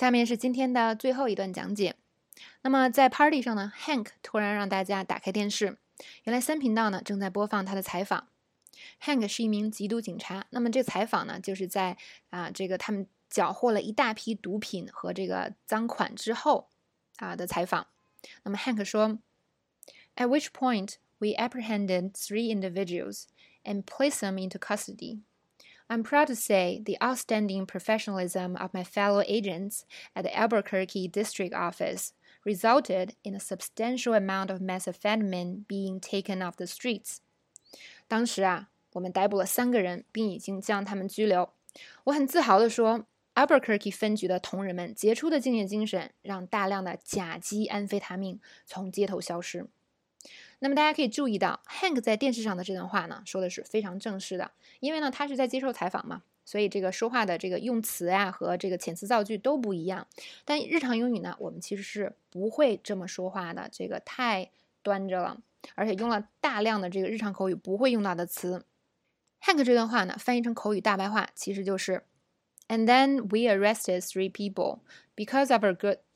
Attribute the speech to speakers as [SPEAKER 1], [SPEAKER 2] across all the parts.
[SPEAKER 1] 下面是今天的最后一段讲解。那么在 party 上呢 ，Hank 突然让大家打开电视，原来3频道呢正在播放他的采访。Hank 是一名缉毒警察，那么这个采访呢，就是在这个他们缴获了一大批毒品和这个赃款之后的采访。那么 Hank 说 ，At which point we apprehended 3 individuals and placed them into custody.I'm proud to say the outstanding professionalism of my fellow agents at the Albuquerque District Office resulted in a substantial amount of methamphetamine being taken off the streets. 当时我们逮捕了3个人，并已经将他们拘留。我很自豪地说 ，Albuquerque 分局的同仁们杰出的敬业精神，让大量的甲基安非他命从街头消失。那么大家可以注意到 Hank 在电视上的这段话呢，说的是非常正式的，因为呢他是在接受采访嘛，所以这个说话的这个用词和这个遣词造句都不一样。但日常英语呢，我们其实是不会这么说话的，这个太端着了，而且用了大量的这个日常口语不会用到的词。Hank 这段话呢，翻译成口语大白话，其实就是 And then we arrested 3 people because of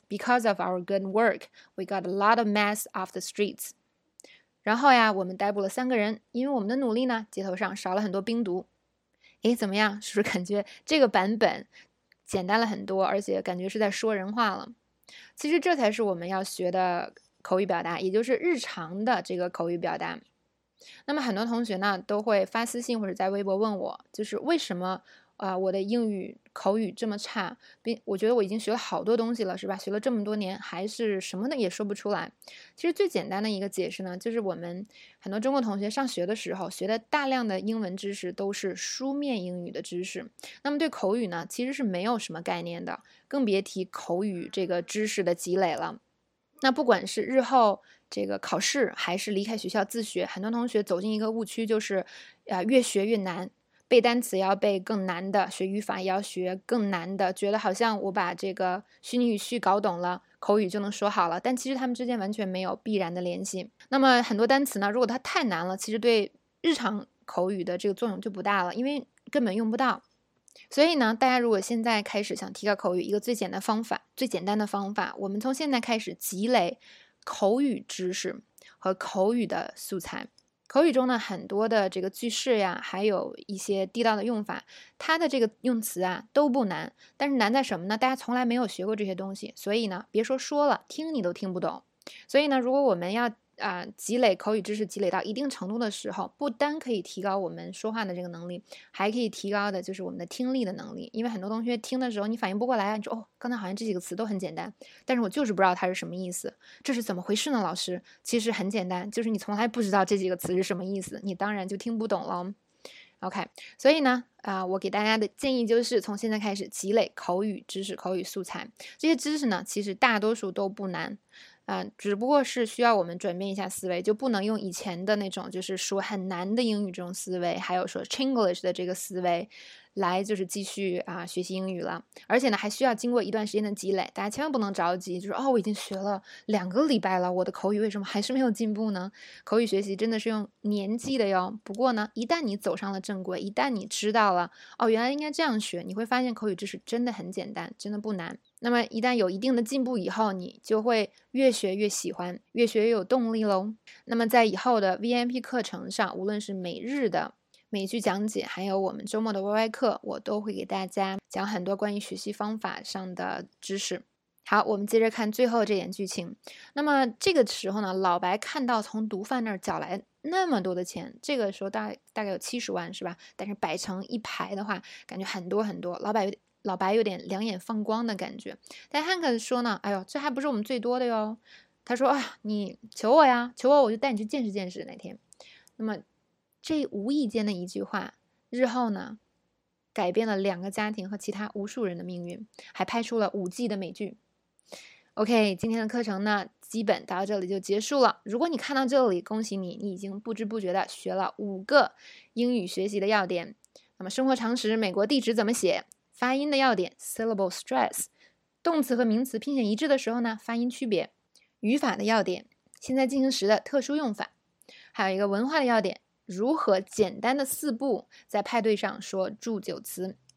[SPEAKER 1] our good work. We got a lot of meth off the streets.然后我们逮捕了3个人，因为我们的努力呢，街头上少了很多冰毒。怎么样？是不是感觉这个版本简单了很多，而且感觉是在说人话了？其实这才是我们要学的口语表达，也就是日常的这个口语表达。那么很多同学呢，都会发私信或者在微博问我，就是为什么我的英语口语这么差，我觉得我已经学了好多东西了，是吧？学了这么多年，还是什么的也说不出来。其实最简单的一个解释呢，就是我们很多中国同学上学的时候学的大量的英文知识都是书面英语的知识，那么对口语呢，其实是没有什么概念的，更别提口语这个知识的积累了。那不管是日后这个考试，还是离开学校自学，很多同学走进一个误区，就是越学越难。背单词要背更难的，学语法也要学更难的，觉得好像我把这个虚拟语序搞懂了，口语就能说好了，但其实他们之间完全没有必然的联系。那么很多单词呢，如果它太难了，其实对日常口语的这个作用就不大了，因为根本用不到。所以呢，大家如果现在开始想提高口语，一个最简单的方法，我们从现在开始积累口语知识和口语的素材。口语中呢，很多的这个句式还有一些地道的用法，它的这个用词都不难，但是难在什么呢？大家从来没有学过这些东西，所以呢，别说了，听你都听不懂。所以呢，如果我们要积累口语知识积累到一定程度的时候，不单可以提高我们说话的这个能力，还可以提高的就是我们的听力的能力。因为很多同学听的时候你反应不过来，你说刚才好像这几个词都很简单，但是我就是不知道它是什么意思，这是怎么回事呢？老师，其实很简单，就是你从来不知道这几个词是什么意思，你当然就听不懂了。OK， 所以呢我给大家的建议就是从现在开始积累口语知识、口语素材。这些知识呢，其实大多数都不难。只不过是需要我们转变一下思维，就不能用以前的那种就是说很难的英语这种思维，还有说 Chinglish 的这个思维来就是继续学习英语了。而且呢，还需要经过一段时间的积累，大家千万不能着急，就是我已经学了2个礼拜了，我的口语为什么还是没有进步呢？口语学习真的是用年纪的哟。不过呢，一旦你走上了正轨，一旦你知道了原来应该这样学，你会发现口语知识真的很简单，真的不难。那么一旦有一定的进步以后，你就会越学越喜欢，越学越有动力咯。那么在以后的 VMP 课程上，无论是每日的美剧讲解，还有我们周末的 YY 课，我都会给大家讲很多关于学习方法上的知识。好，我们接着看最后这点剧情。那么这个时候呢，老白看到从毒贩那儿缴来那么多的钱，这个时候大概有70万是吧？但是摆成一排的话，感觉很多很多。老白有点两眼放光的感觉。但汉克说呢，哎呦，这还不是我们最多的哟。他说你求我呀，求我就带你去见识见识哪天。那么这无意间的一句话，日后呢改变了2个家庭和其他无数人的命运，还拍出了5季的美剧。OK， 今天的课程呢基本到这里就结束了。如果你看到这里，恭喜你，你已经不知不觉的学了5个英语学习的要点。那么生活常识，美国地址怎么写？发音的要点 syllable stress， 动词和名词拼写一致的时候呢，发音区别。语法的要点，现在进行时的特殊用法。还有一个文化的要点，如何简单的4步在派对上说祝酒词。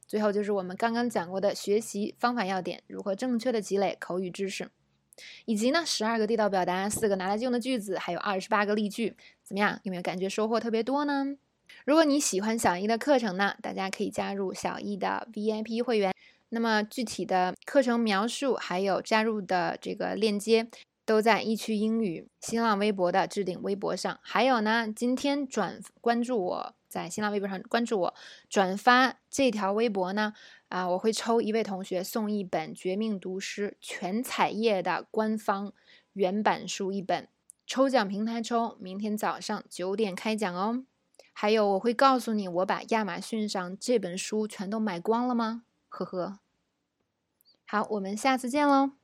[SPEAKER 1] 最后就是我们刚刚讲过的学习方法要点，如何正确的积累口语知识，以及呢12个地道表达，4个拿来就用的句子，还有28个例句。怎么样？有没有感觉收获特别多呢？如果你喜欢小易的课程呢，大家可以加入小易的 VIP 会员。那么具体的课程描述还有加入的这个链接都在易趣英语新浪微博的置顶微博上。还有呢，今天关注我，在新浪微博上关注我，转发这条微博呢，我会抽一位同学送一本《绝命毒师》全彩页的官方原版书一本，抽奖平台抽，明天早上9点开奖哦。还有我会告诉你我把亚马逊上这本书全都买光了吗？呵呵。好，我们下次见喽。